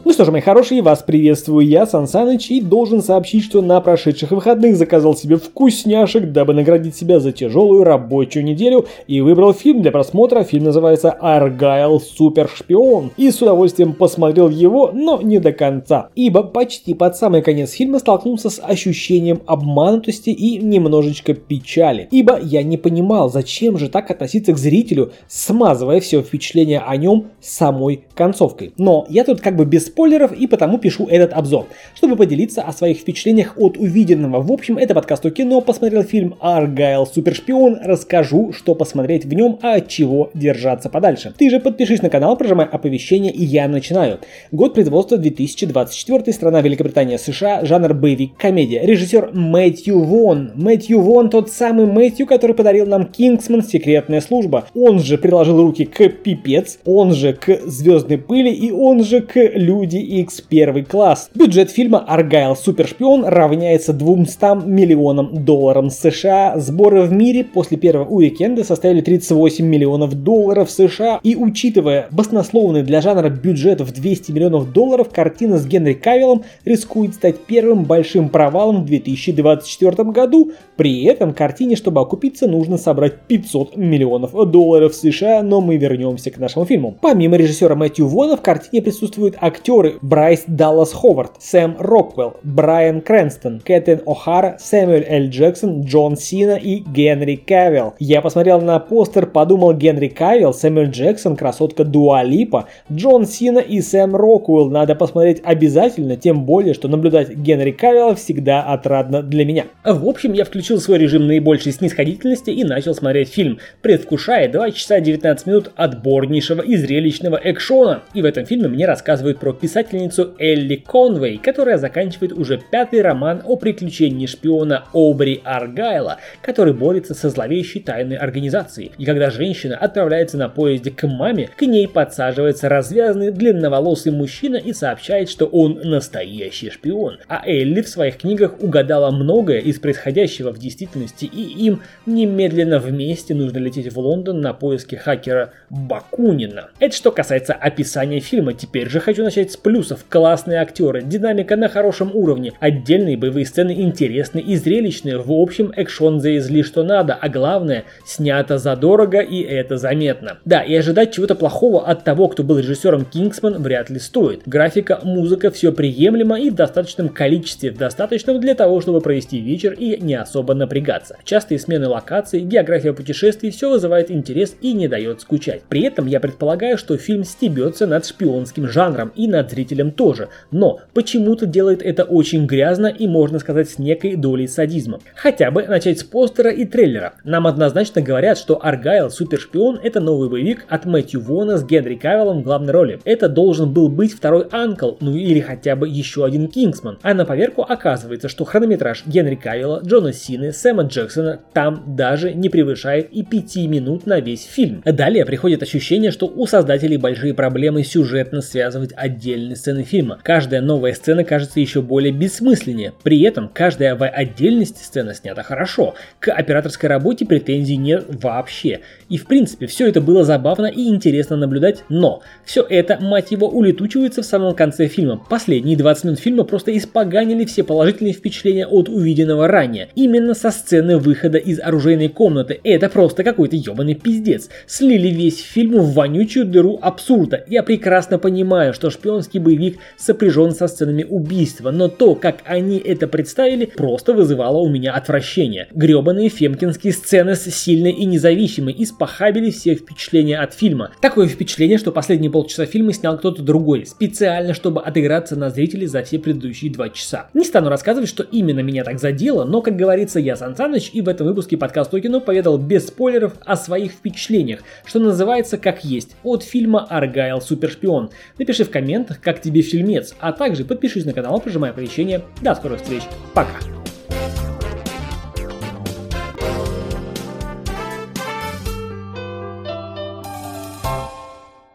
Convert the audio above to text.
Ну что ж, мои хорошие, вас приветствую я, Сан Саныч, и должен сообщить, что на прошедших выходных заказал себе вкусняшек, дабы наградить себя за тяжелую рабочую неделю, и выбрал фильм для просмотра. Фильм называется «Аргайл. Супершпион», и с удовольствием посмотрел его, но не до конца, ибо почти под самый конец фильма столкнулся с ощущением обманутости и немножечко печали, ибо я не понимал, зачем же так относиться к зрителю, смазывая все впечатление о нем самой концовкой. Но я тут как бы без спойлеров, и потому пишу этот обзор, чтобы поделиться о своих впечатлениях от увиденного. В общем, это подкаст о кино, посмотрел фильм «Аргайл. Супершпион», расскажу, что посмотреть в нем, а от чего держаться подальше. Ты же подпишись на канал, прожимай оповещения, и я начинаю. Год производства 2024, страна Великобритания, США, жанр боевик-комедия. Режиссер Мэтью Вон. Мэтью Вон тот самый Мэтью, который подарил нам «Кингсман. Секретная служба». Он же приложил руки к «Пипец», он же к «Звездной пыли» и он же к «Люди Икс первый класс». Бюджет фильма «Аргайл. Супершпион» равняется 200 миллионам долларов США. Сборы в мире после первого уикенда составили 38 миллионов долларов США. И учитывая баснословный для жанра бюджет в 200 миллионов долларов, картина с Генри Кавиллом рискует стать первым большим провалом в 2024 году. При этом картине, чтобы окупиться, нужно собрать 500 миллионов долларов США, но мы вернемся к нашему фильму. Помимо режиссера Мэтью Вона в картине присутствуют актеры Брайс Даллас Ховард, Сэм Роквелл, Брайан Крэнстон, Кэтрин О'Хара, Сэмюэль Л. Джексон, Джон Сина и Генри Кавилл. Я посмотрел на постер, подумал: Генри Кавилл, Сэмюэль Джексон, красотка Дуа Липа, Джон Сина и Сэм Роквелл. Надо посмотреть обязательно, тем более, что наблюдать Генри Кавилла всегда отрадно для меня. В общем, я включил свой режим наибольшей снисходительности и начал смотреть фильм, предвкушая 2 часа 19 минут отборнейшего и зрелищного экшона. И в этом фильме мне рассказывают про писательницу Элли Конвей, которая заканчивает уже 5-й роман о приключении шпиона Обри Аргайла, который борется со зловещей тайной организацией. И когда женщина отправляется на поезде к маме, к ней подсаживается развязанный длинноволосый мужчина и сообщает, что он настоящий шпион. А Элли в своих книгах угадала многое из происходящего в действительности, и им немедленно вместе нужно лететь в Лондон на поиски хакера Бакунина. Это что касается описания фильма. Теперь же хочу начать с плюсов. Классные актеры, динамика на хорошем уровне, отдельные боевые сцены интересные и зрелищные. В общем, экшон завезли что надо, а главное, снято задорого, и это заметно. Да, и ожидать чего-то плохого от того, кто был режиссером «Кингсман», вряд ли стоит. Графика, музыка, все приемлемо и в достаточном количестве, достаточном для того, чтобы провести вечер и не особо напрягаться. Частые смены локаций, география путешествий, все вызывает интерес и не дает скучать. При этом я предполагаю, что фильм стебется над шпионским жанром и над зрителем тоже, но почему-то делает это очень грязно и, можно сказать, с некой долей садизма. Хотя бы начать с постера и трейлера. Нам однозначно говорят, что «Аргайл. Супершпион» — это новый боевик от Мэтью Вона с Генри Кавиллом в главной роли. Это должен был быть второй «Анкл», ну или хотя бы еще один «Кингсман». А на поверку оказывается, что хронометраж Генри Кавилла, Джона Сины, Сэма Джексона там даже не превышает и 5 минут на весь фильм. Далее приходит ощущение, что у создателей большие проблемы сюжетно связывать отдельные сцены фильма. Каждая новая сцена кажется еще более бессмысленнее. При этом каждая в отдельности сцена снята хорошо. К операторской работе претензий нет вообще. И в принципе все это было забавно и интересно наблюдать, но все это, мать его, улетучивается в самом конце фильма. Последние 20 минут фильма просто испоганили все положительные впечатления от увиденного ранее. Именно со сцены выхода из оружейной комнаты. Это просто какой-то ебаный пиздец. Слили весь фильм в вонючую дыру абсурда. Я прекрасно понимаю, что шпионский боевик сопряжен со сценами убийства, но то, как они это представили, просто вызывало у меня отвращение. Гребаные фемкинские сцены с сильной и независимой испохабили все впечатления от фильма. Такое впечатление, что последние полчаса фильма снял кто-то другой, специально, чтобы отыграться на зрителей за все предыдущие 2 часа. Не стану рассказывать, что именно меня так задело, но, как говорится, я Сан Саныч, и в этом выпуске подкаста о кино поведал без спойлеров о своих впечатлениях, что называется как есть, от фильма «Аргайл. Супершпион». Напиши в комментах, как тебе фильмец, а также подпишись на канал, прожимай оповещения. До скорых встреч, пока!